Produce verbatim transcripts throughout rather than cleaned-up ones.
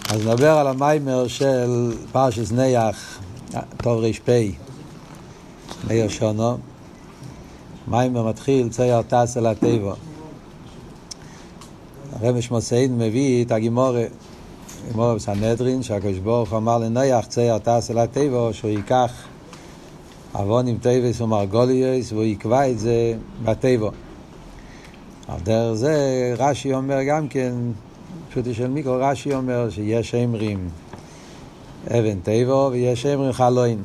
אז נדבר על המיימר של פרשת נייח, טוב רשפי, מאיר שונו. מיימר מתחיל, צייר טס אל הטבע. הרמש מוסעיד מביא את הגימורה, גימורה בסנהדרין, שהקדוש ברוך הוא אמר לנייח, צייר טס אל הטבע, שהוא ייקח אבונים טבעס ומרגוליות, והוא יקבע את זה בטבע. על דרך זה רש"י אומר גם כן, פשוטי של מיקרו, רש"י אומר שיש אמרים אבן טבע ויש אמרים חלוין.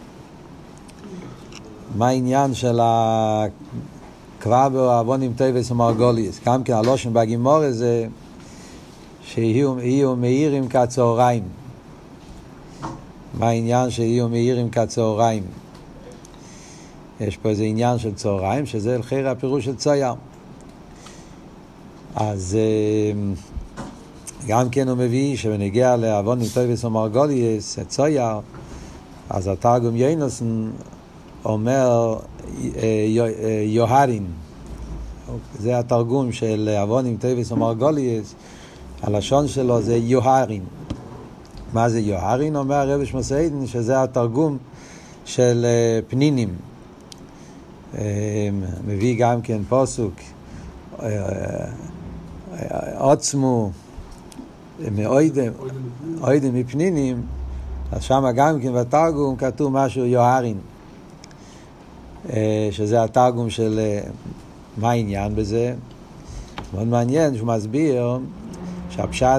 מה העניין של הקבע באבונים טבעס ומרגוליות? גם כן הלושן בגימורה זה שיהיו מאירים כצהריים. מה העניין שיהיו מאירים כצהריים? יש פה איזה עניין של צהריים, שזה לחיר הפירוש של צייר. אז גם כן הוא מביא שבנגיע לאבונים טבעס ומרגוליות, צייר, אז התרגום יינוסן אומר יוהרין. זה התרגום של אבונים טבעס ומרגוליות, הלשון שלו זה יוהרין. מה זה יוהרין? אומר הרב שמסעידן שזה התרגום של פנינים. מביא גם כן פסוק עוצמו מאוידם אוידם מפנינים, אז שם גם כן בתרגום כתוב משהו יוהרין, שזה התרגום של מה העניין בזה. מאוד מעניין שהוא מסביר שהפשט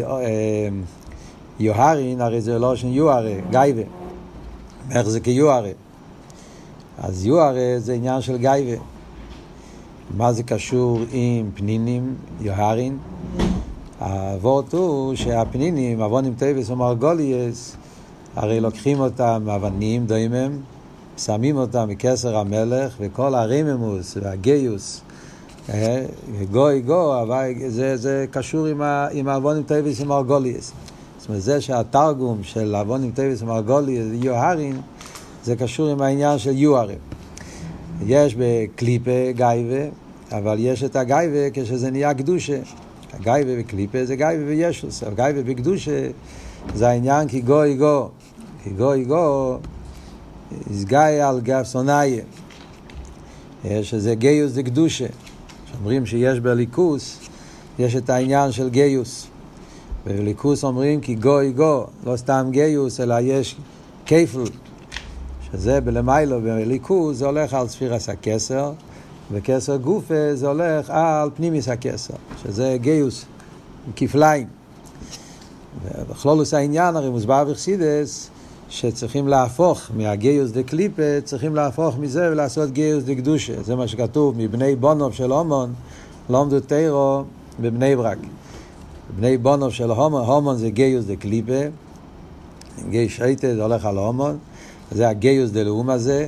יוהרין הרי זה לא שם יוהרה גייבה, איך זה כיוהרה? אז יוהרה זה עניין של גייבה. מה זה קשור עם פנינים, יוהרין? העבוד הוא שהפנינים, אבונים טבעס ומרגוליות, הרי לוקחים אותם אבנים דוימם, שמים אותם מכסר המלך, וכל הרממוס והגיוס, גוי גו, אבל זה, זה קשור עם, ה, עם אבונים טבעס ומרגוליות. זאת אומרת, זה שהתרגום של אבונים טבעס ומרגוליות, יוהרין, זה קשור עם העניין של יוהרה. יש בקליפה גייבה, אבל יש את הגייבה כשזה נהיה קדושה. הגייבה בקליפה זה גייבה וישוס. הגייבה בקדושה זה העניין כי גוי גו. כי גוי גו יסגאי על גב סונאי. יש איזה גיוס זה קדושה. שאומרים שיש בליכוס, יש את העניין של גיוס. בליכוס אומרים כי גוי גו, לא סתם גיוס, אלא יש כפל. שזה בלמיילו בליכוז זה הולך על ספירס הכסר, וכסר גופה זה הולך על פנימיס הכסר, שזה גיוס, כפליים. ובכלולוס העניין הרי מוסבר בחסידס שצריכים להפוך מהגיוס דקליפה, צריכים להפוך מזה ולעשות גיוס דקדושה. זה מה שכתוב, מבני בונוב של הומון לומדו תירו בבני ברק. בני בונוב של הומון, הומון זה גיוס דקליפה, גיוס שייטה זה הולך על הומון, זה הגיוס דלאום הזה,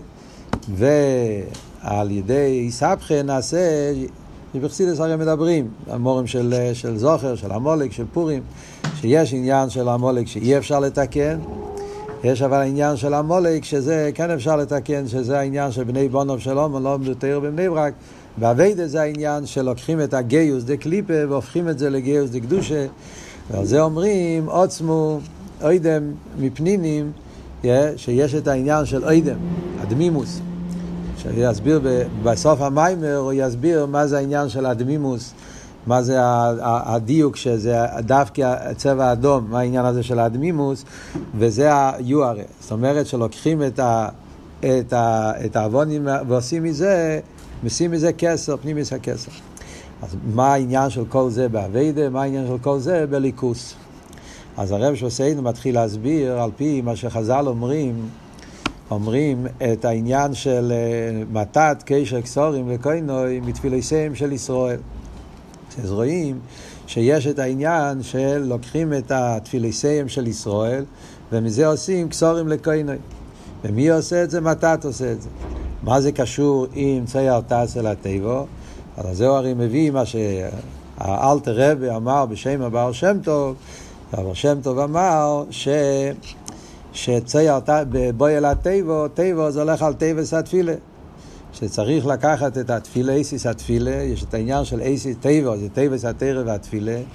ועל ידי סבכה נעשה, שבחסידס הרי מדברים, המורים של, של זוכר, של המולק, של פורים, שיש עניין של המולק שאי אפשר לתקן, יש אבל העניין של המולק שזה כן אפשר לתקן, שזה העניין של בני בונוב שלום, לא עמדו תאיר בבני ברק, והווידה זה העניין שלוקחים את הגיוס דקליפה, והופכים את זה לגיוס דקדושה, ועל זה אומרים, עוצמו, אוידם, מפנינים, שיש את העניין של אוידם, הדמימוס. שיסביר בסוף המיימר, הוא יסביר מה זה העניין של הדמימוס, מה זה הדיוק, שזה דווקא הצבע האדום, מה העניין הזה של הדמימוס, וזה היוהרה. זאת אומרת שלוקחים את, ה, את, ה, את האבונים ועושים מזה, משים מזה כסר, פנימיס הכסר. אז מה העניין של כל זה בעבודה, מה העניין של כל זה בליכוס? אז הרב שמסעידן מתחיל להסביר על פי מה שחז"ל אומרים, אומרים את העניין של מתת קשר קסורים לקוינוי מתפילותיהם של ישראל. אז רואים שיש את העניין של לוקחים את התפילותיהם של ישראל ומזה עושים קסורים לקוינוי. ומי עושה את זה? מתת עושה את זה. מה זה קשור עם צייר טס אל הטבע? אז זהו הרי מביא מה שהאלטר רבי אמר בשם הבעל שם טוב, אבל שם טוב אמר ש... שצייר בבוי אל הטבע, טבע זה הולך על טבע סתפילה. שצריך לקחת את התפילה, איסיס התפילה, יש את העניין של איסיס טבע, זה טבע סתירה והתפילה,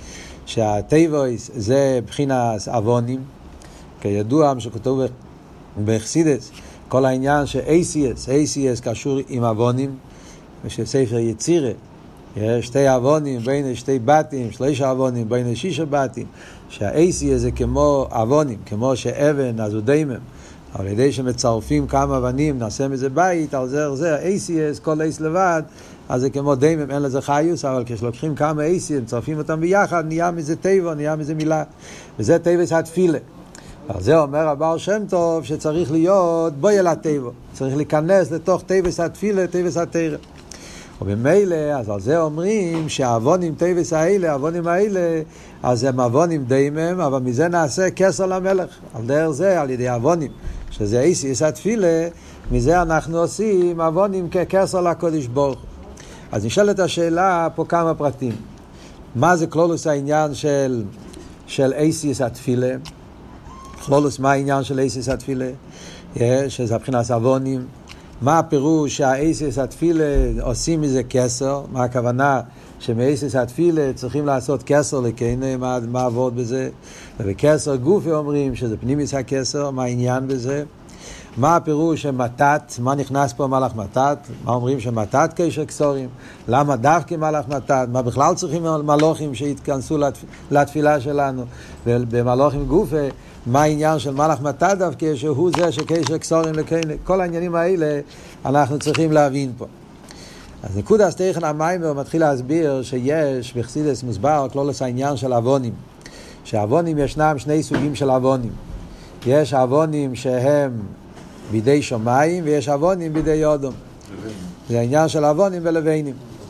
שהטייבויס זה בחינת אבונים, כידוע מה שכתוב בחסידות, כל העניין ש-איי סי אס, איי סי אס קשור עם אבונים, ושספר יצירה, יש שתי אבונים בין שתי בתים, שלושה אבונים בין שישה בתים, שה-איי סי אס זה כמו אבונים, כמו שאבן אז הוא דיימם, אבל ידי שמצרפים כמה אבנים, נעשה מזה בית, על זה, על זה, ה-איי סי אס, כל אייס לבד, אז זה כמו דיימם, אין לזה חיוס, אבל כשלוקחים כמה איי סי אס, מצרפים אותם ביחד, נהיה מזה טבע, נהיה מזה מילה, וזה טבע התפילה. על זה אומר הבעל שם טוב שצריך להיות בוי אל הטבע, צריך להיכנס לתוך טבע התפילה, טבע התרא. ובמילא, אז על זה אומרים שהאבונים טבע האלה, האבונים האלה, אז הם אבונים דיימם, אבל מזה נעשה כסר למלך. על דרך זה, על ידי האבונים, שזה איי סי אס התפילה, מזה אנחנו עושים אבונים ככסר לקודש ברוך. אז נשאלת השאלה פה כמה פרטים. מה זה כלולוס העניין של, של איי סי אס התפילה? כלולוס, מה העניין של איי סי אס התפילה? שזה הבחינת אבונים. מה הפירוש שה-איי סי אס התפילה עושים מזה כסר? מה הכוונה שמ-איי סי אס התפילה צריכים לעשות כסר לקיינה? מה, מה עבוד בזה? ובכסר גופי אומרים שזה פנימיס הכסר, מה העניין בזה? מה הפירוש שמתת? מה נכנס פה מלאך מתת? מה אומרים שמתת קשר קסורים? למה דווקא מלאך מתת? מה בכלל צריכים מלאכים שיתכנסו לתפ... לתפילה שלנו? ובמלאכים גופה, מה העניין של מלאך מתת דווקא שהוא זה שקשר קסורים לקיינה? כל העניינים האלה אנחנו צריכים להבין פה. אז נקודה סטייכן המיימר מתחיל להסביר שיש בחסידות מוסבר כלולוס העניין של אבונים. שהאבונים ישנם שני סוגים של אבונים. יש אבונים שהם בידי שמיים ויש אבונים בידי אדם. זה העניין של אבונים ולבנים.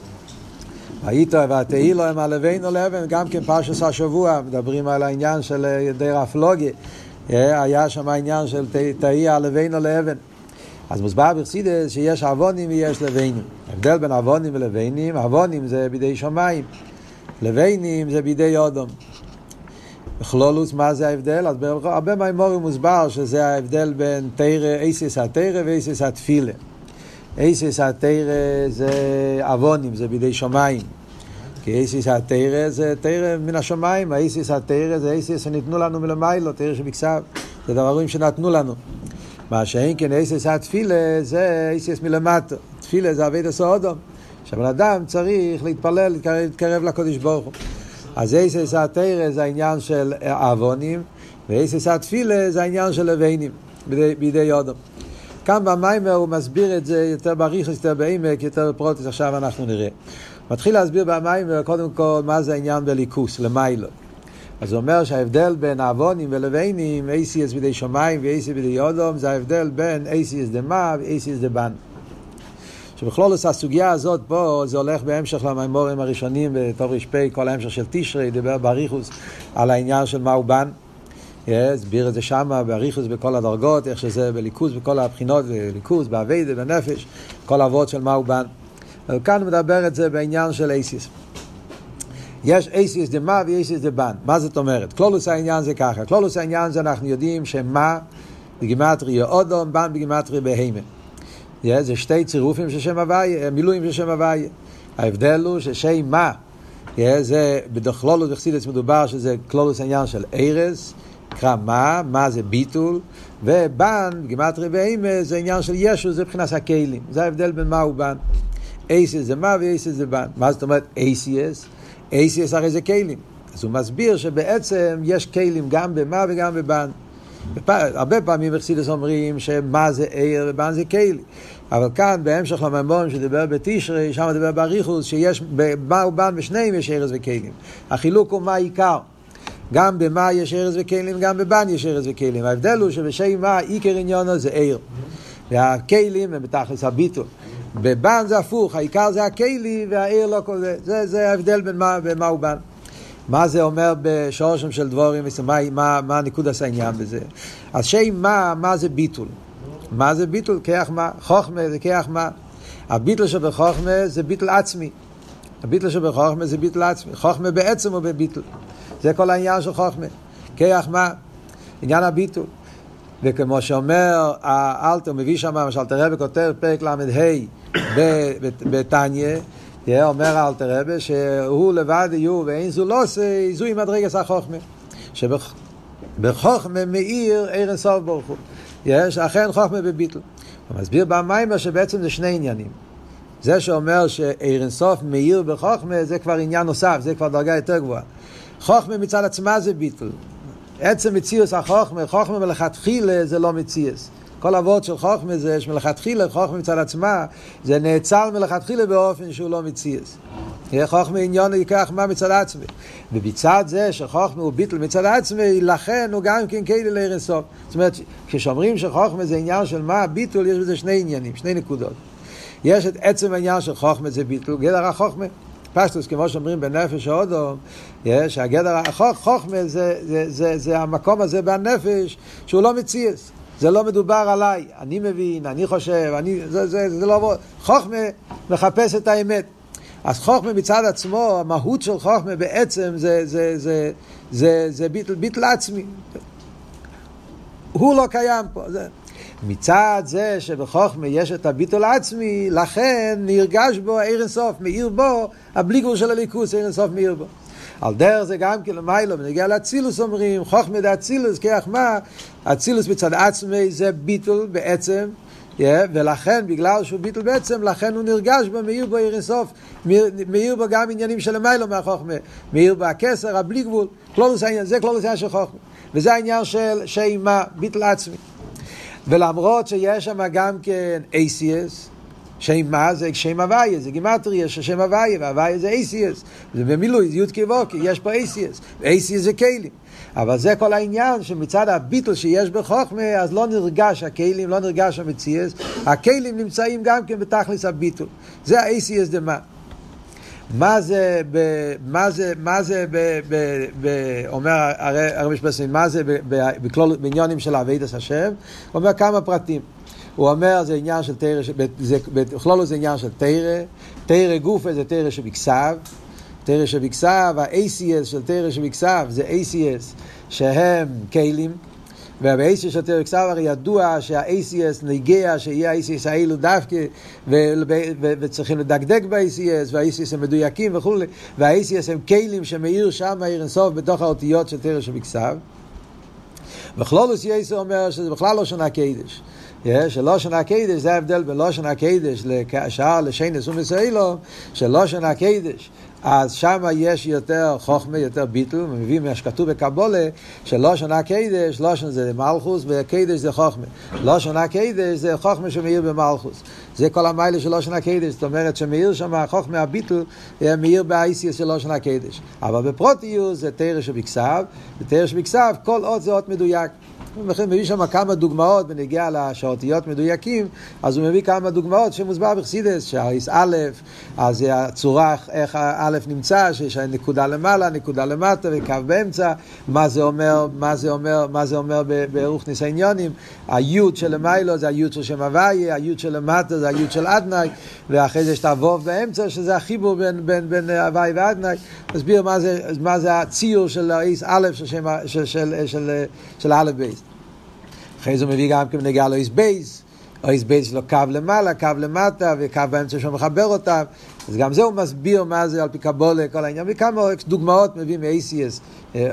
והיית ותהי לו הם הלבן או לבן, גם כן פרשת השבוע מדברים על העניין של ידי רפלוגיה. היה שם העניין של תהי הלבן או לבן. אז מוסבר בחסידות שיש אבונים ויש לבנים. ההבדל בין אבונים ולבנים, אבונים זה בידי שמיים, לבנים זה בידי אדם. בכלולוס, מה זה ההבדל? אז הרבה מהאמורים מוסבר שזה ההבדל בין תרא, איי סי אס התרא ואיי סי אס התפילה. איי סי אס התרא זה אבונים, זה בידי שמיים. כי איי סי אס התרא זה תרא מן השמיים, איי סי אס התרא זה איי סי אס שניתנו לנו מלמיילו, תרא שבקסב, זה דברים שנתנו לנו. מה שאין כן איי סי אס התפילה זה איי סי אס מלמטה. תפילה זה עבודת האדם. שהבן אדם צריך להתפלל, להתקרב לקודש ברוך הוא. אז איי סי אס התרא זה העניין של אבונים, ואיי סי אס התפילה זה העניין של לבנים, בידי, בידי אדם. כאן במיימר הוא מסביר את זה יותר בריחוס, יותר בעמק, יותר בפרוטס, עכשיו אנחנו נראה. מתחיל להסביר במיימר קודם כל מה זה העניין בליכוס, למיילו. אז הוא אומר שההבדל בין אבונים ולבנים, איי סי אס בידי שמיים ואיי סי אס בידי אדם, זה ההבדל בין איי סי אס דמה ואיי סי אס דבן. שבכלולוס הסוגיה הזאת פה, זה הולך בהמשך למיימורים הראשונים בתור רשפי, כל ההמשך של תשרי, דיבר בריחוס על העניין של מהו בן. הסביר את זה שם בריחוס בכל הדרגות, איך שזה בליכוס בכל הבחינות, בליכוס, בעבודה, בנפש, כל אבות של מהו בן. וכאן מדבר את זה בעניין של איי סי אס. יש איי סי אס דמה ו-איי סי אס דבן. מה זאת אומרת? כלולוס העניין זה ככה. כלולוס העניין זה אנחנו יודעים שמה בגימטריה אודום, בן בגימטריה בהימה. זה שתי צירופים של שם הוויה, מילואים של שם הוויה. ההבדל הוא ששם מה, זה בדכלולוס בחסידות מדובר שזה כלולוס העניין של ארז, נקרא מה, מה זה ביטול, ובן, בגימטריה בהימה, זה עניין של ישו, זה מבחינת הכלים. זה ההבדל בין מה ובן. איי סי אס זה מה ואיי סי אס זה בן. מה זאת אומרת איי סי אס? איי סי אס הרי זה כלים. אז הוא מסביר שבעצם יש כלים גם במה וגם בבן. הרבה פעמים בחסידות אומרים שמה זה עיר ובן זה כלי. אבל כאן בהמשך למיימורים שדיבר בתשרי, שם דיבר בריחוס, שיש במה ובן בשניהם יש ערס וכלים. החילוק הוא מה העיקר. גם במה יש ערס וכלים, גם בבן יש ערס וכלים. ההבדל הוא שבשם מה עיקר עניינו זה עיר. והכלים הם בתכלס הביטול. בבן זה הפוך, העיקר זה הכלי והעיר לא כל זה. זה, זה ההבדל בין מה, במה ובן. מה זה אומר בשורשם של דבורים, מה, מה, מה נקודת העניין בזה? אז שם מה, מה זה ביטול? מה זה ביטול? כיח מה? חוכמה זה כיח מה? הביטול שבחוכמה זה ביטול עצמי. הביטול שבחוכמה זה ביטול עצמי. חוכמה בעצם הוא בביטול. זה כל העניין של חוכמה. כיח מה? עניין הביטול. וכמו שאומר, האלתר מביא שם, למשל תראה וכותב פרק למד ה' בתניה, אומר אלתר רבי שהוא לבד יהיו ואין זו לא עושה, זו עם מדרגת החוכמה. שבחוכמה מאיר עיר אין סוף ברוך הוא. יש, אכן חוכמה בביטל. הוא מסביר במיימר שבעצם זה שני עניינים. זה שאומר שעיר אין סוף מאיר בחוכמה, זה כבר עניין נוסף, זה כבר דרגה יותר גבוהה. חוכמה מצד עצמה זה ביטל. עצם מציאוס החוכמה, חוכמה מלכתחילה זה לא מציאוס. כל אבות של חוכמה זה שמלכתחילה, חוכמה מצד עצמה, זה נעצר מלכתחילה באופן שהוא לא מציאוס. חוכמה עניון ייקח מה מצד עצמי. ובצד זה שחוכמה הוא ביטל מצד עצמי, לכן הוא גם כן כלי לעיר אין סוף. זאת אומרת, כשאומרים שחוכמה זה עניין של מה, ביטול, יש בזה שני עניינים, שני נקודות. יש את עצם העניין של חוכמה זה ביטול, גדר החוכמה. פשטוס, כמו שאומרים בנפש האודום, יש, הגדר החוכמה זה, זה, זה, זה המקום הזה בנפש שהוא לא מציאס. זה לא מדובר עליי, אני מבין, אני חושב, אני, זה, זה, זה לא... חוכמה מחפש את האמת. אז חוכמה מצד עצמו, המהות של חוכמה בעצם זה, זה, זה, זה, זה ביטל, ביטל עצמי. הוא לא קיים פה. זה. מצד זה שבחוכמה יש את הביטול עצמי, לכן נרגש בו עיר אין סוף, מאיר בו, הבלי גבול של הליכוס, עיר אין סוף מאיר בו. על דרך זה גם כן למיילו, בנגיע לאצילוס אומרים, חוכמה דה אצילוס, כך מה? אצילוס מצד עצמי זה ביטול בעצם, yeah, ולכן בגלל שהוא ביטול בעצם, לכן הוא נרגש בו, מאיר בו עיר אין סוף, מאיר בו גם עניינים של למיילו מהחוכמה, מאיר בו הכסר, הבלי גבול, כלולוס העניין, זה כלולוס העניין של חוכמה, וזה העניין של שיימה, ביטול עצמי. ולמרות שיש שם גם כן אייסיאס, שם מה זה? שם הוויה, זה גימטריה של שם הוויה, והוויה זה אייסיאס. זה במילוי, זה יודקי ווקי, יש פה אייסיאס. אייסיאס זה כלים. אבל זה כל העניין שמצד הביטל שיש בחוכמה, אז לא נרגש הכלים, לא נרגש המציאס. הכלים נמצאים גם כן בתכלס הביטל. זה האייסיאס דמה. מה זה, ב, מה זה, מה זה, ב, ב, ב, אומר הרב משפטים, מה זה בכלול, בעניונים של עבודת השם? הוא אומר כמה פרטים. הוא אומר זה עניין של תורה, בכלול זה עניין של תורה, תורה גופה זה תורה שבכסב, תורה שבכסב, ה-איי סי אס של תורה שבכסב זה איי סי אס שהם כלים, וב-איי סי אס של תורה בכסב הרי ידוע שה-איי סי אס נגיע שיהיה ה-איי סי אס האלו דווקא, וצריכים לדקדק ב-איי סי אס, וה-איי סי אס הם מדויקים וכו', וה-איי סי אס הם כלים שמאיר שם העיר אינסוף בתוך האותיות של תורה שבכסב. בכלולוס יסו אומר שזה בכלל לא שנה קדש. שלא שנה קדש, זה ההבדל בין לא שנה קדש לשאר לשיינס ומסעילו, שלא שנה קדש, אז שם יש יותר חוכמה, יותר ביטל, מביא מה שכתוב בקבולה, שלא שנה קדש, לא שנה זה מלכוס, וקדש זה חוכמה. לא שנה קדש זה חוכמה שמאיר במלכוס. זה כל המיילה של לא שנה קדש, זאת אומרת שמאיר שם חוכמה הביטל, מאיר באייסיס של לא שנה קדש. אבל בפרוטיוס זה תורה שבכסב, ותורה שבכסב כל אות זה אות מדויק. הוא מביא שם כמה דוגמאות בנגיע לשאותיות מדויקים, אז הוא מביא כמה דוגמאות שמוסבר בחסידס, שהאיס א', אז זה הצורה איך הא' נמצא, שיש נקודה למעלה, נקודה למטה וקו באמצע, מה זה אומר, מה זה אומר, מה זה אומר ברוך ניסיוניונים, היוד של למיילו זה היוד של שם הוויה, היוד של למטה זה היוד של אדנאי, ואחרי זה יש את הוו באמצע, שזה החיבור בין, בין, בין הוויה ואדנאי, מסביר מה זה, מה זה הציור של האיס א' של, של, של, של, של, של א' בייס. אחרי זה הוא מביא גם כמנגע לו איס בייס, או איס בייס לו קו למעלה, קו למטה, וקו באמצע שהוא מחבר אותם, אז גם זה הוא מסביר מה זה על פי קבולה, כל העניין, וכמה דוגמאות מביא מ-איי סי אס,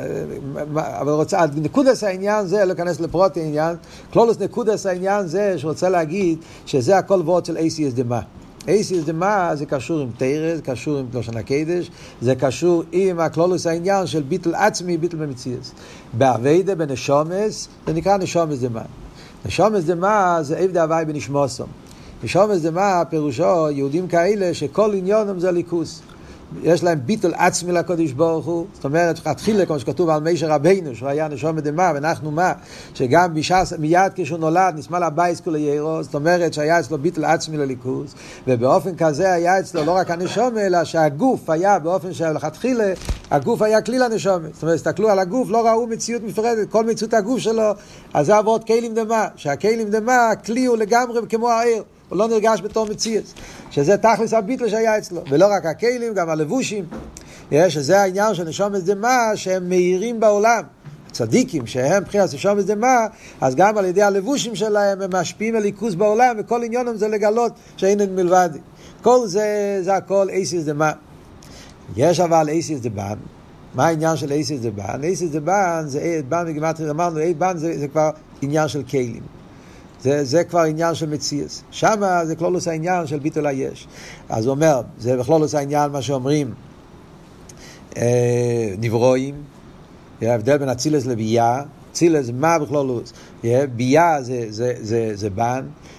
אבל רוצה, נקודס העניין זה, לא כנס לפרוטי העניין, כלולוס נקודס העניין זה, שרוצה להגיד שזה הכל וורט של איי סי אס דמה. איי סי אס דמה זה קשור עם תורה, זה קשור עם לא שנה קדש, זה קשור עם הכלולוס העניין של ביטל עצמי, ביטל במציאס. בעבודה בנשומס, זה נקרא נשומס דמה. נשומס דמה זה עבד הווי בנשמוסום. נשומס דמה פירושו יהודים כאלה שכל עניונם זה ליכוס. יש להם ביטל עצמי לקודש ברוך הוא, זאת אומרת, התחילה, כמו שכתוב על משה רבינו, שהוא היה נשום דמה, ואנחנו מה, שגם בשעס, מיד כשהוא נולד, נשמע לבייס כולה ירו, זאת אומרת שהיה אצלו ביטל עצמי לליכוס, ובאופן כזה היה אצלו לא רק הנשום, אלא שהגוף היה באופן שלכתחילה, הגוף היה כליל הנשום, זאת אומרת, הסתכלו על הגוף, לא ראו מציאות מפרדת, כל מציאות הגוף שלו, אז זה עבוד כלים דמה, שהכלים דמה, הכלי הוא לגמרי כמו העיר, הוא לא נרגש בתור מציאס, שזה תכלס הביטל שהיה אצלו, ולא רק הכלים, גם הלבושים, שזה העניין של נשומס דמה שהם מהירים בעולם, צדיקים שהם בחינת נשומס דמה, אז גם על ידי הלבושים שלהם הם משפיעים על ליכוז בעולם, וכל עניונם זה לגלות שאין מלבד. כל זה, זה הכל אייסיס דמה. יש אבל אייסיס דבן. מה העניין של אייסיס דבן? אייסיס דבן זה בן בגימטריה, אמרנו, אי בן זה, זה כבר עניין של כלים. זה, זה כבר עניין של מציאס. שמה זה כלולוס העניין של ביטול היש. אז הוא אומר, זה בכלולוס העניין מה שאומרים, אה, נברואים, ההבדל בין אצילס לבייה. אצילס מה בכלולוס? בייה זה, זה, זה, זה בן,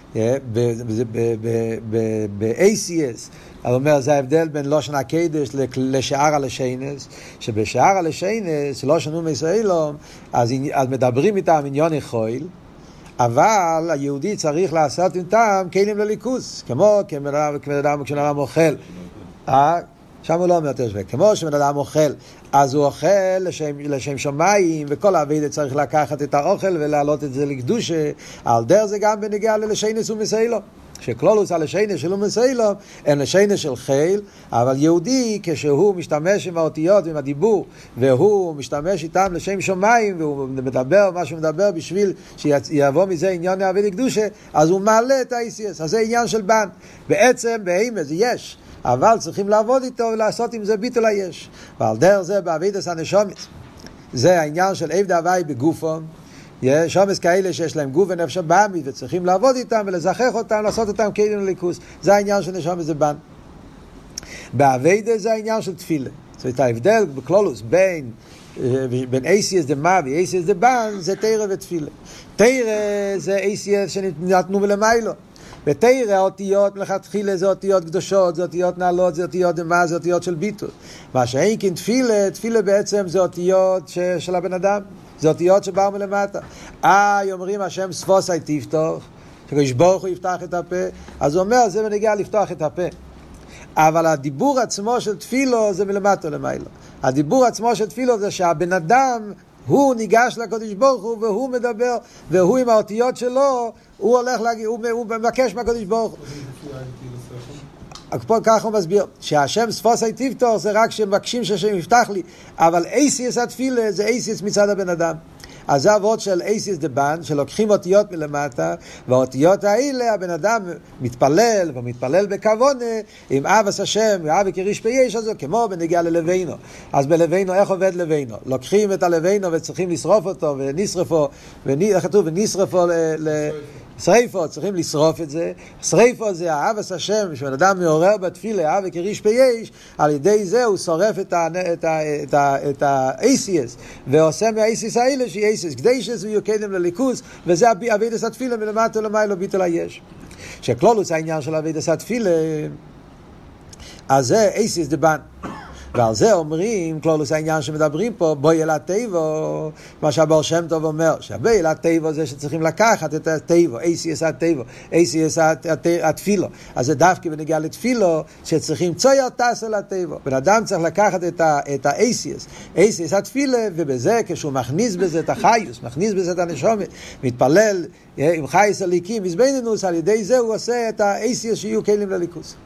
ב-איי סי אס, הוא אומר, זה ההבדל בין לושן הקדש לשער הלשיינס, שבשער הלשיינס, לושן ומישראלום, אז, אז מדברים איתם עניון חויל, אבל היהודי צריך לעשות איתם כלים לליכוס, כמו כבן אדם כשבן אדם אוכל. אה? שם הוא לא אומר יותר שווה. כמו שבן אדם אוכל, אז הוא אוכל לשם, לשם שמיים, וכל העבודה צריך לקחת את האוכל ולהעלות את זה לקדושה. על דרך זה גם בנגיע ללשיינס ומסיילום. שכלולוס הלשיינס של ומסיילום, אין לשיינס של חיל, אבל יהודי כשהוא משתמש עם האותיות ועם הדיבור, והוא משתמש איתם לשם שמיים, והוא מדבר מה שהוא מדבר בשביל שיבוא מזה עניין העבודה לקדושה, אז הוא מעלה את ה-איי סי אס. אז זה עניין של בן. בעצם בהימס יש. אבל צריכים לעבוד איתו ולעשות עם זה ביטול היש. ועל דרך זה בעבודת הנשומות. זה העניין של עבד הווי בגופם. יש שומס כאלה שיש להם גוף ונפש בעמית, וצריכים לעבוד איתם ולזכח אותם, לעשות אותם כלים לליכוס. זה העניין של נשומות זה בן. בעבודת זה העניין של תפילה. זאת אומרת, ההבדל בכלולוס בין, בין איי סי אס דמה ו-איי סי אס דבן זה תירה ותפילה. תירה זה איי סי אס שנתנו מלמיילו. בתירה האותיות מלכתחילה זה אותיות קדושות, זה אותיות נעלות, זה אותיות דמה, זה אותיות של ביטול. מה שאין כן תפילה, תפילה בעצם זה אותיות ש, של הבן אדם, זה אותיות שבאו מלמטה. אה, אומרים השם ספוסי תפתוח, שקדוש ברוך הוא יפתח את הפה, אז הוא אומר, זה מנהיגה לפתוח את הפה. אבל הדיבור עצמו של תפילו זה מלמטה למיילו. הדיבור עצמו של תפילו זה שהבן אדם הוא ניגש לקדוש ברוך הוא והוא מדבר, והוא עם האותיות שלו, הוא הולך להגיד, הוא, הוא מבקש מהקדוש ברוך הוא. פה ככה הוא מסביר, שהשם ספוסי תפתור זה רק שמבקשים שהשם יפתח לי, אבל אייסיס התפילה זה אייסיס מצד הבן אדם. אז זה עבוד של אייסיס דבן, שלוקחים אותיות מלמטה, והאותיות האלה הבן אדם מתפלל, ומתפלל בכוונה, עם אבס השם, ואבי כריש פייש הזו, כמו בנגיע ללווינו. אז בלווינו, איך עובד לווינו? לוקחים את הלווינו וצריכים לשרוף אותו, ונשרפו, וכתוב, ונשרפו ל... ל... שריפו, צריכים לשרוף את זה. שריפו זה האבס השם, שבן אדם מעורר בתפילה, אבי כריש פייש, על ידי זה הוא שורף את ה-איי סי אס, ועושה מה-איי סי אס האלה שהיא איי סי אס קדשס ויהיו קדם לליכוז, וזה עבודת התפילה מלמטה למיילו ביטול היש. שכלולוס העניין של עבודת התפילה, אז זה איי סי אס דבן. ועל זה אומרים, כלולוס העניין שמדברים פה, בוי אל הטבו, מה שהבר שם טוב אומר, שבוי אל הטבו זה שצריכים לקחת את הטבו, איי סי אס הטבו, איי סי אס התפילו. אז זה דווקא בנגיע לתפילו, שצריכים צויר טס אל הטבו. בן אדם צריך לקחת את ה-איי סי אס, איי סי אס התפילה, ובזה כשהוא מכניס בזה את החיוס, מכניס בזה את הנשומת, מתפלל עם חייס הליקים, מזבנינוס, על ידי זה הוא עושה את ה-איי סי אס שיהיו כלים לליכוס.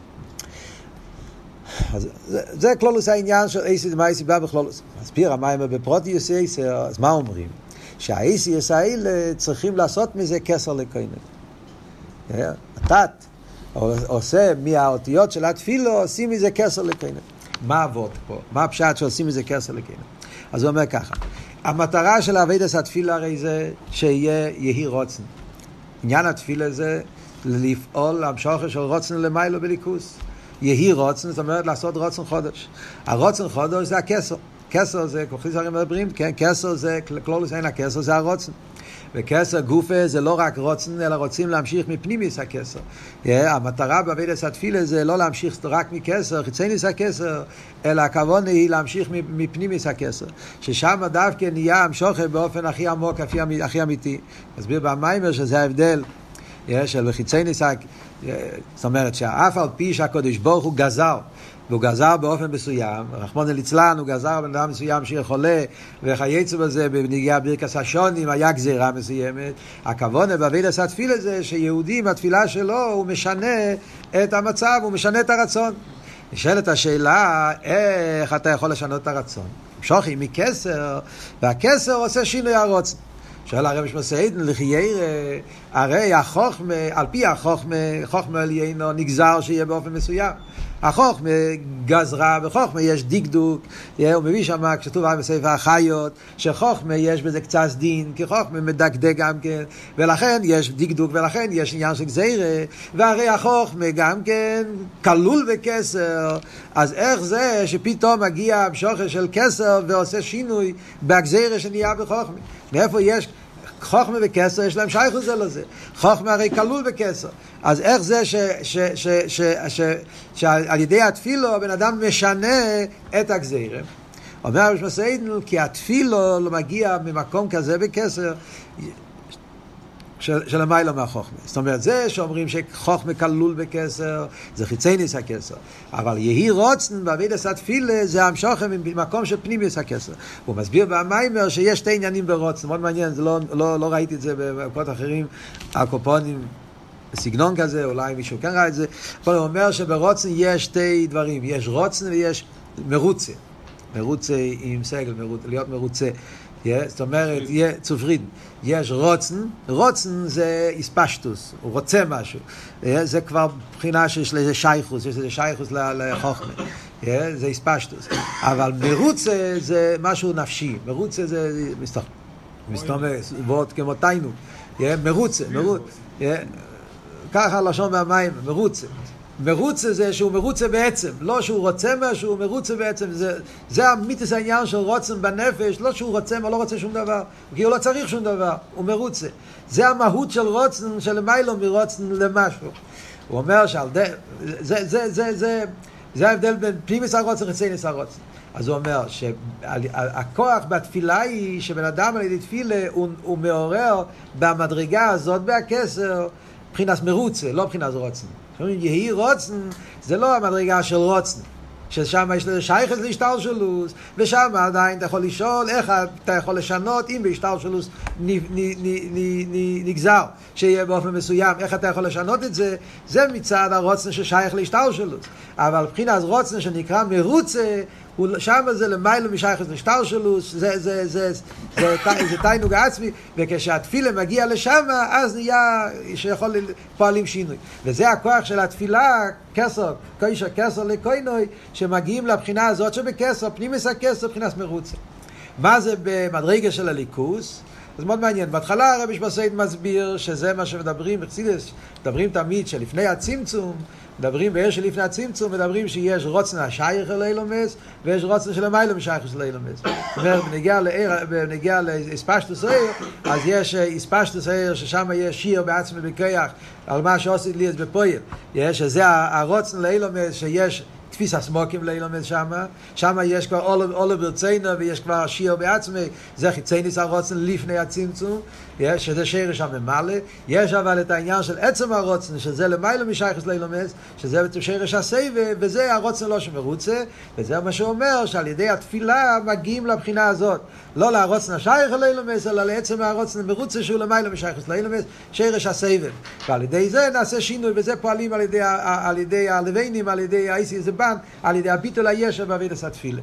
אז זה, זה כלולוס העניין של אייסיס מה אייסיס בא בכלולוס. מסביר המים בפרוטיוס אייסר, אז מה אומרים? שהאייסיס האלה צריכים לעשות מזה כסר לקוינן. התת עושה מהאותיות של התפילו, עושים מזה כסר לקוינן. מה עבוד פה? מה הפשט שעושים מזה כסר לקוינן? אז הוא אומר ככה, המטרה של עבודת התפילה הרי זה שיהיה יהי רוצן. עניין התפילה זה לפעול המשוכר של רוצן למיילו בליכוס. יהי רוצן, זאת אומרת לעשות רוצן חודש. הרוצן חודש זה הכסר. כסר זה, כוחי זרים מדברים, כן, כסר זה, כלולוס אין הכסר, זה הרוצן. וכסר גופה זה לא רק רוצן, אלא רוצים להמשיך מפנימיס הכסר. Yeah, המטרה בעבודת התפילה זה לא להמשיך רק מכסר, חיצייניס הכסר, אלא הכוונה היא להמשיך מפנימיס הכסר. ששם דווקא נהיה המשוכר באופן הכי עמוק, הכי, הכי אמיתי. מסביר במיימר שזה ההבדל. של חיצייניס, זאת אומרת שאף על פי שהקדוש ברוך הוא גזר, והוא גזר באופן מסוים, רחמנא ליצלן, הוא גזר בן אדם מסוים שיהיה חולה, וחייצא בזה בנגיעה ברכס השונים, היה גזירה מסוימת. הכוונה בעבודת התפילה זה שיהודי מהתפילה שלו הוא משנה את המצב, הוא משנה את הרצון. נשאלת השאלה, איך אתה יכול לשנות את הרצון? המשוכי מכסר, והכסר עושה שינוי הרוצן. שואל הרב שמסעידן לחייר, הרי החוכמה, על פי החוכמה, חוכמה עליינו נגזר שיהיה באופן מסוים. החוכמה גזרה, בחוכמה יש דקדוק, הוא מביא שם, כשכתוב בספר החיות, שחוכמה יש בזה קצת דין, כי חוכמה מדקדק גם כן, ולכן יש דקדוק, ולכן יש עניין של גזירה, והרי החוכמה גם כן כלול בכסר, אז איך זה שפתאום מגיע המשוכר של כסר ועושה שינוי בגזירה שנהיה בחוכמה? מאיפה יש? חוכמה וכסר יש להם שייכות זה לזה. חוכמה הרי כלול בכסר. אז איך זה ש, ש, ש, ש, ש, שעל ידי התפילו הבן אדם משנה את הגזירה? אומר הרב מסעידן, כי התפילו לא מגיע ממקום כזה בכסר של, של המילה מהחוכמה. זאת אומרת, זה שאומרים שחוכמה כלול בכסר, זה חיצייניס הכסר. אבל יהי רוצן בעבודת התפילה זה המשוכר ממקום של פנימיוס הכסר. הוא מסביר במיימר שיש שתי עניינים ברוצן. מאוד מעניין, זה לא, לא, לא ראיתי את זה במקומות אחרים, הקופונים, סגנון כזה, אולי מישהו כן ראה את זה. אבל הוא אומר שברוצן יש שתי דברים. יש רוצן ויש מרוצה. מרוצה עם סגל, מרוצה, להיות מרוצה. Yeah, זאת אומרת, yeah, צופריד. יש רוצן, רוצן זה איספשטוס, הוא רוצה משהו. Yeah, זה כבר בחינה שיש לזה שייכוס, יש לזה שייכוס לחוכמה. Yeah, זה איספשטוס. אבל מרוצה זה משהו נפשי. מרוצה זה מסתומס, ועוד כמו תיינוק. Yeah, מרוצה, מרוצה. Yeah, ככה לשון מהמים, מרוצה. מרוצה זה שהוא מרוצה בעצם, לא שהוא רוצה משהו, הוא מרוצה בעצם, זה, זה המיתוס העניין של רוצן בנפש, לא שהוא רוצה או לא רוצה שום דבר, כי הוא לא צריך שום דבר, הוא מרוצה. זה המהות של רוצן, של מיילו מרוצן למשהו. הוא אומר שעל דה, זה, זה, זה, זה, זה ההבדל בין פנימיס הרוצן וחיצייניס הרוצן. אז הוא אומר שהכוח בתפילה היא שבן אדם על ידי תפילה הוא, הוא מעורר במדרגה הזאת בהכסר, מבחינת מרוצה, לא מבחינת רוצן. יהי רוצן, זה לא המדרגה של רוצן, ששם יש לזה שייכת להשתלשלות, ושם עדיין אתה יכול לשאול איך אתה יכול לשנות אם בהשתלשלות נגזר שיהיה באופן מסוים, איך אתה יכול לשנות את זה, זה מצד הרוצן ששייך להשתלשלות. אבל מבחינת רוצן שנקרא מרוצה, שם זה למיילו משייכת להשתלשלות, זה, זה, זה, זה, זה תיינוג עצמי, וכשהתפילה מגיע לשם, אז נהיה שיכול פועלים שינוי. וזה הכוח של התפילה, כסר, קוישה כסר לקוינוי, שמגיעים לבחינה הזאת שבכסר, פנימיס הכסר, מבחינת מרוצה. מה זה במדרגה של הליכוס? אז מאוד מעניין. בהתחלה הרבי מסעיד מסביר שזה מה שמדברים, בחסידות, מדברים תמיד שלפני הצמצום, מדברים באש שלפני הצמצום, מדברים שיש רוצן השייך אל אילומס, ויש רוצן של המיילו משייך אל אילומס. זאת אומרת, בנגיע לאספשטוס העיר, אז יש אספשטוס העיר ששם יש שיר בעצמי בכיח, על מה שעושה לי את בפועל. יש, שזה הרוצן לאילומס שיש תפיס הסמוקים לאילומס שמה, שמה יש כבר אולה ברצינו ויש כבר שיר בעצמי, זה חיצייניס הרוצן לפני הצמצום, יש, שזה שרש הממלא, יש אבל את העניין של עצם הרוצן, שזה למיילו משייכס לאילומס, שזה שרש הסבב, וזה הרוצן לא שמרוצה, וזה מה שאומר שעל ידי התפילה מגיעים לבחינה הזאת, לא להרוצן השייך לאילומס, אלא לעצם הרוצן המרוצה שהוא למיילו משייכס לאילומס, שרש הסבב, ועל ידי זה נעשה שינוי, וזה פועלים על ידי, על ידי הלבנים, על ידי האיסי זבן, על ידי הביטול הישב בעבודת התפילה.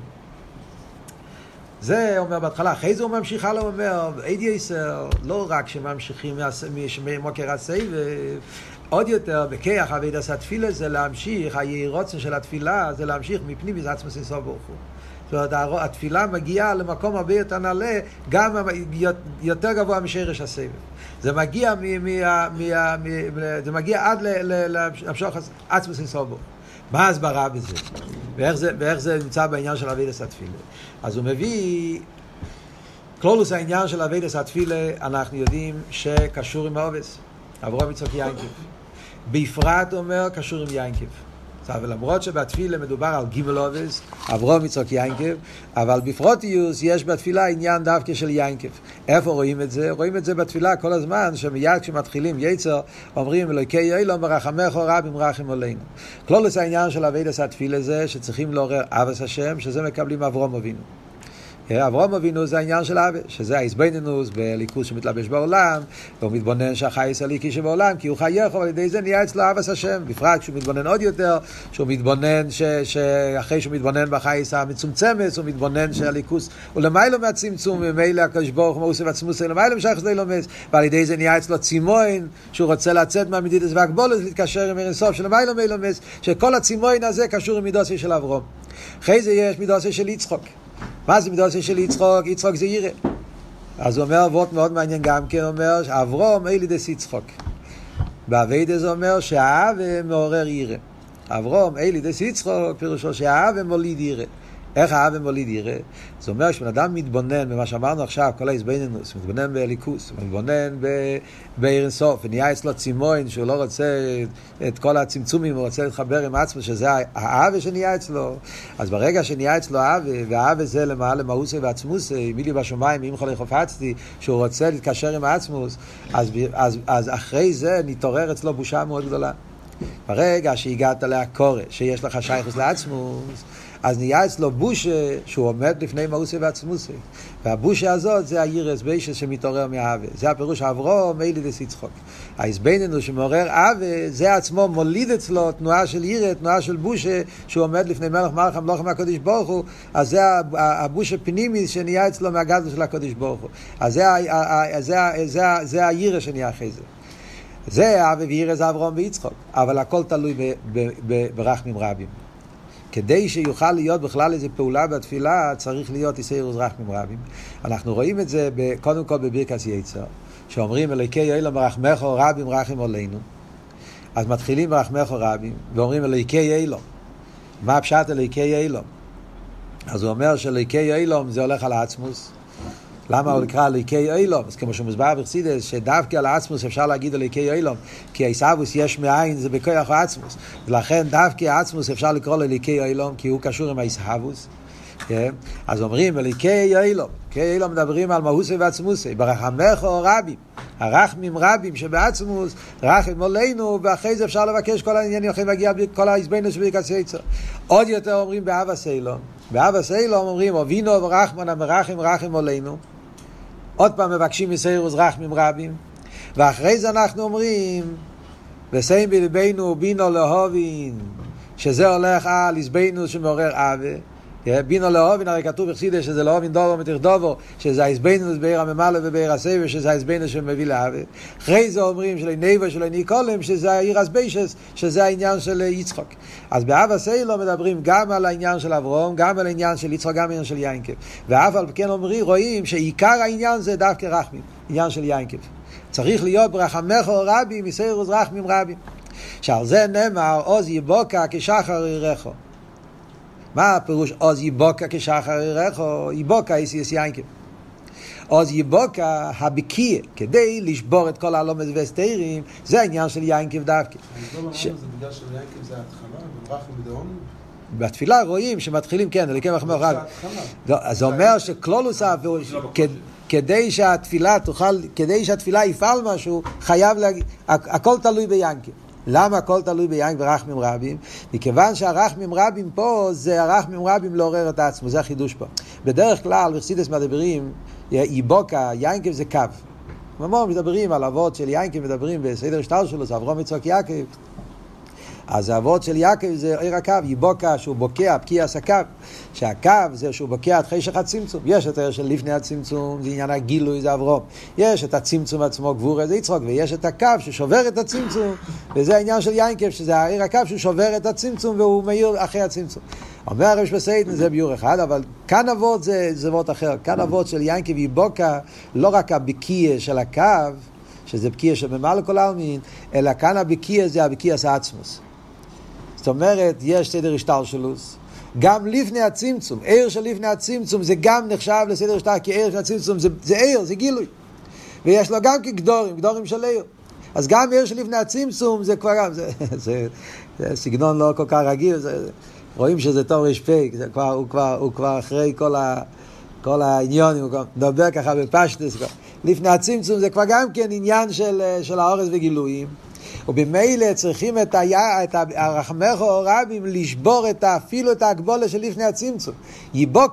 זה אומר בהתחלה, אחרי זה הוא ממשיך הלאה, הוא אומר, עד יסר, לא רק שממשיכים ממוקר הסבב, עוד יותר, בכיח עבודת התפילה זה להמשיך, הירוצן של התפילה זה להמשיך מפנימיוס עצמוס אינסוף ברוך הוא. זאת אומרת, התפילה מגיעה למקום הרבה יותר נעלה, גם יותר גבוה משרש הסבב. זה מגיע, מ, מ, מ, מ, זה מגיע עד להמשוך עצמוס אינסוף ברוך הוא. מה ההסברה בזה? ואיך זה, ואיך זה נמצא בעניין של עבודת התפילה? אז הוא מביא, כלולוס העניין של עבודת התפילה, אנחנו יודעים שקשור עם העובס, אברהם יצחק יעקב. בפרט אומר קשור עם יעקב. אבל למרות שבתפילה מדובר על גימל עובס, אברהם יצחק יעקב, אבל בפרוטיוס יש בתפילה עניין דווקא של יעקב. איפה רואים את זה? רואים את זה בתפילה כל הזמן, שמיד כשמתחילים יצר, אומרים אלוקי אלוהים ברחמך רבים רחם עלינו. כלולוס העניין של עבודת התפילה זה שצריכים לעורר אהבת השם, שזה מקבלים אברהם אבינו. אברהם אבינו זה העניין של אבא, שזה ההסבינינוס בליכוז שמתלבש בעולם, והוא מתבונן שהחייס הליקי שבעולם, כי הוא חייך, אבל על ידי זה נהיה אצלו אבס השם, בפרט כשהוא מתבונן עוד יותר, שהוא מתבונן, ש, שאחרי שהוא מתבונן בחייס המצומצמת, הוא מתבונן שהליכוז, הוא למיילו מהצמצום, ממילא הקדוש ברוך הוא עושה עצמוס, למיילו משייך זה לומס, ועל ידי זה נהיה אצלו צימוין, שהוא רוצה לצאת מהמדידס והגבולת, להתקשר עם אינסוף, שלמיילו מילומס, שכל הצימוין הזה קשור עם מידוסי של אברהם. אחרי זה יש מידוסי של יצחוק. מה זה מידוסי של יצחוק? יצחוק זה ירא. אז הוא אומר, וורט מאוד מעניין גם כן, אומר, אברהם אלידס יצחוק. בעבודה זה אומר שהאב מעורר ירא. אברהם אלידס יצחוק, פירושו שהאב מוליד ירא. איך האב מוליד ירא? זה אומר שבן אדם מתבונן במה שאמרנו עכשיו, כל ההסבינינוס, מתבונן בליכוס, מתבונן בעיר אינסוף, ונהיה אצלו צימוין שהוא לא רוצה את כל הצמצומים, הוא רוצה להתחבר עם עצמו, שזה האב שנהיה אצלו. אז ברגע שנהיה אצלו האב, והאב זה למעלה למאוסי ועצמוס, מילי בשומיים, אם חולי חופצתי, שהוא רוצה להתקשר עם העצמוס, אז, אז, אז אחרי זה נתעורר אצלו בושה מאוד גדולה. ברגע שהגעת להקורא, שיש לך שייכוס לעצמוס, אז נהיה אצלו בושה שהוא עומד לפני מאוסי ועצמוסי. והבושה הזאת זה הירס ביישס שמתעורר מהאווה. זה הפירוש אברהם אלידס יצחוק. ההסביננו שמעורר אווה, זה עצמו מוליד אצלו תנועה של ירא, תנועה של בושה, שהוא עומד לפני מלך מלך המלוך מהקודש ברוך הוא. אז זה הבושה פנימי שנהיה אצלו מהגדול של הקודש ברוך הוא. אז זה, זה, זה, זה הירא שנהיה אחרי זה. זה אווה וירא זה אברהם ויצחוק. אבל הכל תלוי ברחמים רבים. כדי שיוכל להיות בכלל איזו פעולה בתפילה, צריך להיות יסיירוס רחמים רבים. אנחנו רואים את זה קודם כל בברכת יצר, שאומרים אלוקי אילום רחמךו רבים רחם עלינו. אז מתחילים ברחמךו רבים, ואומרים אלוקי אילום. מה הפשט אלוקי אילום? אז הוא אומר שאלוקי אילום זה הולך על העצמוס. למה הוא נקרא אלוקי אילום? אז כמו שמוסבר בחסידות, שדווקא על העצמוס אפשר להגיד אלוקי אילום, כי העיסאוויס יש מאין, זה בכוח העצמוס. ולכן דווקא העצמוס אפשר לקרוא אלוקי אילום, כי הוא קשור עם העיסאוויס. אז אומרים אלוקי אילום, אלוקי אילום מדברים על מהוסי ועצמוסי, ברחמךו רבים, הרחמים רבים שבעצמוס, רחם עלינו, ואחרי זה אפשר לבקש כל העניינים, אחרי מגיע כל ההסבינוס שברכת יצר. עוד יותר אומרים באבס אילום, באבס אילום אומרים, אבינו ורחמן המרחם רחם עלינו, עוד פעם מבקשים מסיירוס רחמים רבים, ואחרי זה אנחנו אומרים, וסיים בלבנו בינו להובין, שזה הולך על הסבינוס שמעורר אבה, בינו להובין, הרי כתוב בחסידות שזה להובין דובו מתוך דובו, שזה ההסבינוס בעיר הממלא ובעיר הסבב, שזה ההסבינוס שמביא לאבה. אחרי זה אומרים של ניבה של ניקולם, שזה העיר הסביישס, שזה העניין של יצחוק. אז באבס אילום מדברים גם על העניין של אברהם, גם על העניין של יצחוק, גם על העניין של יעקב. ואף על כן אומרים, רואים שעיקר העניין זה דווקא רחמים, עניין של יעקב. צריך להיות ברחמךו רבים, מסיירוס רחמים רבים. שעל זה נאמר, עוז יבוקע כשחר ירחו. מה הפירוש עוז יבוקע כשחר ירחו? יבוקע יש יעקב. עוז יבוקע הבקיע, כדי לשבור את כל הלומד והסתירים, זה העניין של יעקב דווקא. זה בגלל של יעקב זה ההתחלה, וברחם בדאון? בתפילה רואים שמתחילים, כן, אלוקי רחמך רב. אז זה אומר שכלולוס, כדי שהתפילה תוכל, כדי שהתפילה יפעל משהו, חייב להגיד, הכל תלוי ביעקב. למה הכל תלוי ביעקב ורחמים רבים? מכיוון שהרחמים רבים פה, זה הרחמים רבים לעורר את עצמו, זה החידוש פה. בדרך כלל, בחסידות מדברים, יבוקע, יעקב זה קו. ממש מדברים על אבות של יעקב, מדברים בסדר השטר שלו, זה אברהם יצחק יעקב. אז האבות של יעקב זה עיר הקו, יבוקע שהוא בוקע, בקיע הקו, שהקו זה שהוא בוקע את חשך הצמצום. יש את העיר של לפני הצמצום, זה עניין הגילוי, זה אברהם. יש את הצמצום עצמו, גבורה, זה יצחק, ויש את הקו ששובר את הצמצום, וזה העניין של יעקב, שזה העיר הקו שהוא שובר את הצמצום, והוא מאיר אחרי הצמצום. אומר הרב שבסיידן זה ביור אחד, אבל כאן אבות זה, זה אבות אחר. כאן אבות של יעקב יבוקע, לא רק הבקיע של הקו, שזה בקיע שממלא כל העלמין, אלא כאן הבקיע זה הבקיע העצמוס. זאת אומרת, יש סדר השתלשלות, גם לפני הצמצום, עיר של לפני הצמצום, זה גם נחשב לסדר השתלשלות, כי עיר של הצמצום זה, זה עיר, זה גילוי. ויש לו גם כגדורים, גדורים של עיר. אז גם עיר של לפני הצמצום, זה כבר גם, זה, זה, זה סגנון לא כל כך רגיל, זה, רואים שזה טוב רשפק, זה כבר, הוא, כבר, הוא כבר אחרי כל, ה, כל העניונים, הוא כבר מדבר ככה בפשטס, לפני הצמצום זה כבר גם כן עניין של, של האורס וגילויים, ובמילא צריכים את, היה, את הרחמךו רבים לשבור את, אפילו את ההגבולה של לפני הצמצום. יבוקע,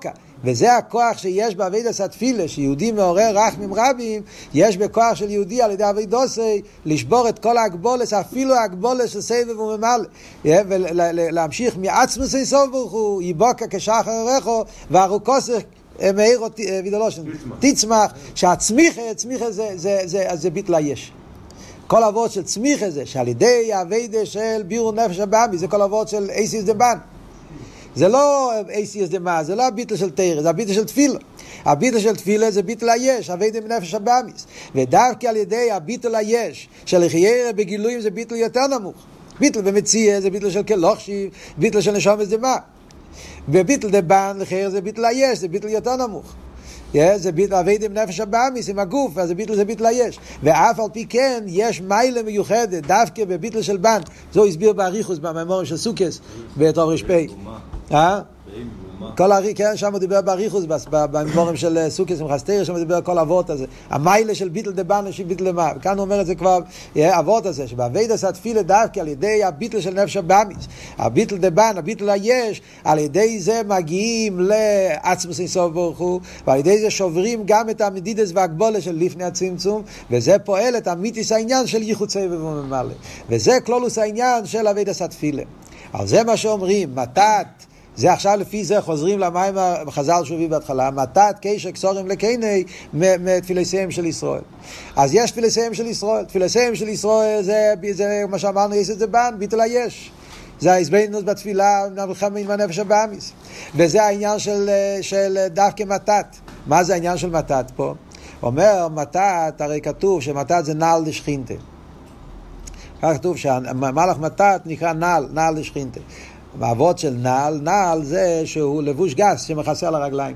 וזה הכוח שיש בעבודת התפילה, שיהודי מעורר רחמים רבים, יש בכוח של יהודי על ידי עבודתו לשבור את כל ההגבולת, אפילו ההגבולת של סבב וממלא, ולהמשיך מעצמוס אינסוף ברוך הוא, יבוקע כשחר ערכו, וארוכוסך מאיר וידלושן, תצמח, שהצמיחה, צמיחה זה, זה, זה, זה ביטל היש. כל עבוד של צמיחה זה, שעל ידי העבודה של בירור נפש הבאמי, זה כל עבוד של אייסיס דבן. זה לא אייסיס דמה, זה לא הביטל של תאיר, זה הביטל של תפילה. הביטל של תפילה זה ביטל היש, עבודה בנפש הבאמי. ודווקא על ידי הביטל היש, של חיירה בגילויים זה ביטל יותר נמוך. ביטל במציאה זה ביטל של כלוכשיב, ביטל של נשום דמה. וביטל דבן לחיר זה ביטל היש, זה ביטל יותר נמוך. זה ביטל עבודה בנפש הבאמיס עם הגוף, אז ביטל זה ביטל היש. ואף על פי כן יש מיילה מיוחדת דווקא בביטל של בן. זו הסביר באריכוס במאמרים של סוכס בתור רשפי. אה? כל הרי, כן, שם הוא דיבר באריכוס, במאמרים של סוכס עם חסטר, שם הוא דיבר כל אבות הזה. המיילה של ביטל דבן לשי ביטל דמה. וכאן הוא אומר את זה כבר, אבות הזה, שבעבודת התפילה דווקא על ידי הביטל של נפש הבאמיס, הביטל דבן, הביטל היש, על ידי זה מגיעים לעצמוס אינסוף ברוך הוא, ועל ידי זה שוברים גם את המדידס והגבולה של לפני הצמצום, וזה פועל את אמיתיס העניין של ייחוד סבב וממלא. וזה כלולוס העניין של עבודת התפילה. על זה מה שאומרים, מתת, זה עכשיו לפי זה חוזרים למים החז"ל שובי בהתחלה, מתת קשר קסורים לקייני מתפילסיהם של ישראל. אז יש תפילסיהם של ישראל, תפילסיהם של ישראל זה, זה מה שאמרנו, יש את זה בן, ביטל היש. זה ההסבנות בתפילה, נלחם עם הנפש הבאמיס. וזה העניין של, של דווקא מתת. מה זה העניין של מתת פה? אומר מתת, הרי כתוב שמתת זה נעל דשכינתה. כך כתוב שהמלאך מתת נקרא נעל, נעל דשכינתה. בעבוד של נעל, נעל זה שהוא לבוש גס שמכסה על הרגליים.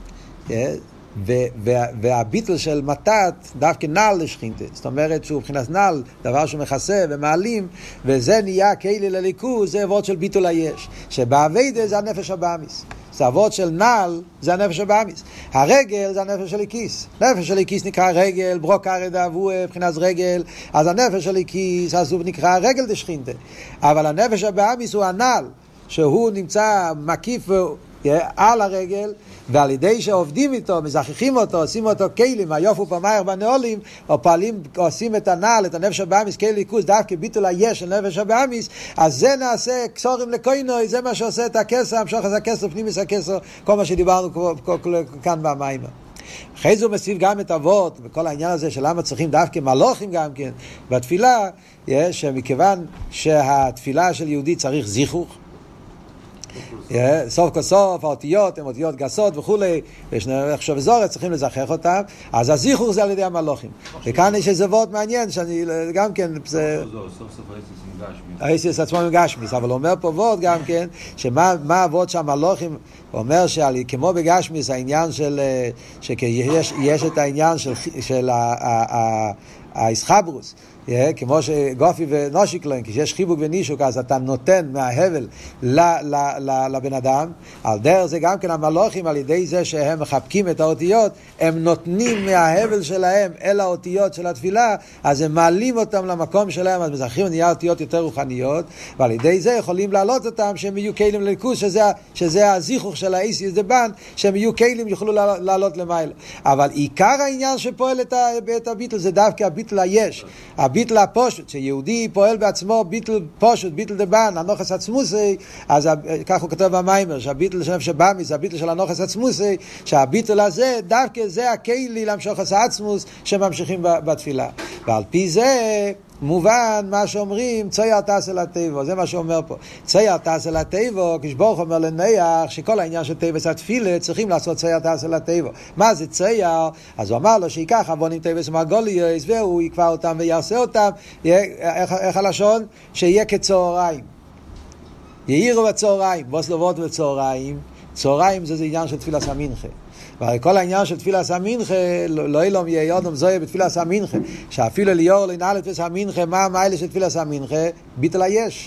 והביטל של מתת דווקא נעל לשכינתה. זאת אומרת שהוא מבחינת נעל, דבר שמכסה ומעלים, וזה נהיה כלי לליכוז, זה עבוד של ביטול היש. שבעבודה זה הנפש הבאמיס. זה עבוד של נעל, זה הנפש הבאמיס. הרגל זה הנפש של הכיס. נפש של הכיס נקרא רגל, ברוק הרד אבו, מבחינת רגל, אז הנפש של הכיס, אז הוא נקרא רגל דשכינתה. אבל הנפש הבאמיס הוא הנעל, שהוא נמצא מקיף על הרגל, ועל ידי שעובדים איתו, מזכיחים אותו, עושים אותו כלים, היופו פמייך בנעולים, או פועלים, עושים את הנעל, את הנפש הבאמיס, כלי ליכוז, דווקא ביטול היש של נפש הבאמיס, אז זה נעשה קסורים לקוינוי, זה מה שעושה את הכסר, המשוך את הכסר, פנימיס הכסר, כל מה שדיברנו כאן במים. אחרי זה הוא מוסיף גם את אבות, וכל העניין הזה של למה צריכים דווקא מלוכים גם כן, בתפילה, יש מכיוון שהתפילה של יהודי צריך זיכוך, סוף כל סוף האותיות הן אותיות גסות וכולי, ויש עכשיו וזורת צריכים לזכח אותם, אז הזיכוך זה על ידי המלוכים. וכאן יש איזה וורט מעניין שאני גם כן סוף סוף האיסיס עצמו מגשמיס, אבל הוא אומר פה וורט גם כן שמה הוורט שהמלוכים אומר שכמו בגשמיס העניין של שיש את העניין של האיסחברוס, Yeah, כמו שגופי ונושיקלן, כשיש חיבוק ונישוק, אז אתה נותן מההבל לבן אדם. על דרך זה גם כן המלוכים, על ידי זה שהם מחבקים את האותיות, הם נותנים מההבל שלהם אל האותיות של התפילה, אז הם מעלים אותם למקום שלהם, אז מזכירים נהיה אותיות יותר רוחניות, ועל ידי זה יכולים להעלות אותם, שהם יהיו כלים לליכוז, שזה, שזה הזיכוך של האיסיס דבן, שהם יהיו כלים, יוכלו לעלות למעלה. אבל עיקר העניין שפועל את הביטל, זה דווקא הביטל היש. ביטל הפושט, שיהודי פועל בעצמו ביטל פושט, ביטל דבן, הנוחס עצמוסי, אז כך הוא כתוב במיימר, שהביטל של נפש הבאמיס, הביטל של הנוחס עצמוסי, שהביטל הזה, דווקא זה הכלי למשוך את העצמוס שממשיכים בתפילה. ועל פי זה מובן מה שאומרים צייר תעשה לטבע, זה מה שאומר פה. צייר תעשה לטבע, כשברוך אומר לנח שכל העניין של טבע זה התפילה, צריכים לעשות צייר תעשה לטבע. מה זה צייר? אז הוא אמר לו שיקח אבונים טבע סמרגוליוס, והוא יקבע אותם ויעשה אותם, איך, איך הלשון? שיהיה כצהריים. יאירו בצהריים, בוסלובות בצהריים. צהריים זה, זה עניין של תפילה סמינכה. והרי כל העניין של תפילה סמינכה, לא אילום יהיה יודום זוהי בתפילה סמינכה, שאפילו ליאור לנעלת וסמינכה, מה המעלה של תפילה סמינכה? ביטל היש.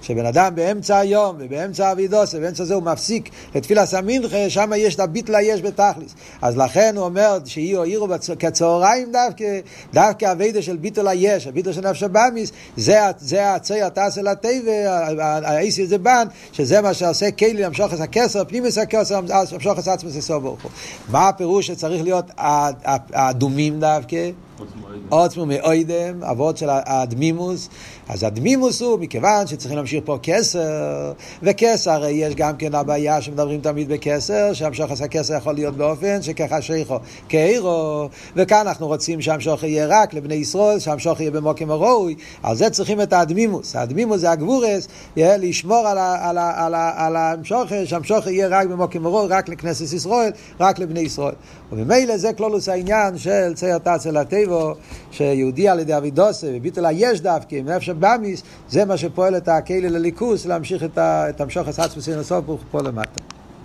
שבן אדם באמצע היום ובאמצע אבידוסה, באמצע זה הוא מפסיק לתפילת המנחה, שם יש את הביטול היש בתכליס. אז לכן הוא אומר שיהיו עירו כצהריים דווקא, דווקא הווידה של ביטול היש, הביטול של נפש הבאמיס, זה, זה הצי התעשה לטבע, האיסי זה בן, שזה מה שעושה כלי למשוך את הכסר, פנימיס הכסר, למשוך את עצמס לסוף ברוך הוא. מה הפירוש שצריך להיות האדומים דווקא? עוצמו מאוידם, אבות של הדמימוס. אז הדמימוס הוא מכיוון שצריכים להמשיך פה כסר, וכסר הרי יש גם כן הבעיה שמדברים תמיד בכסר, שהמשוך עשה כסר יכול להיות באופן שככה שייכו כאירו, וכאן אנחנו רוצים שהמשוך יהיה רק לבני ישראל, שהמשוך יהיה במוקם הרוי. על זה צריכים את הדמימוס. הדמימוס זה הגבורס, יהיה לשמור על, ה, על, ה, על, ה, על המשוך, שהמשוך יהיה רק במוקם הרוי, רק לכנסת ישראל, רק לבני ישראל. וממילא זה כלולוס העניין של צייר תצל הטבע, שיהודי על ידי אבידוסה וביטול היש דווקא עם נפש הבאמיס, זה מה שפועל את הכלי לליכוס להמשיך את המשוך עצמס לסוף פה למטה.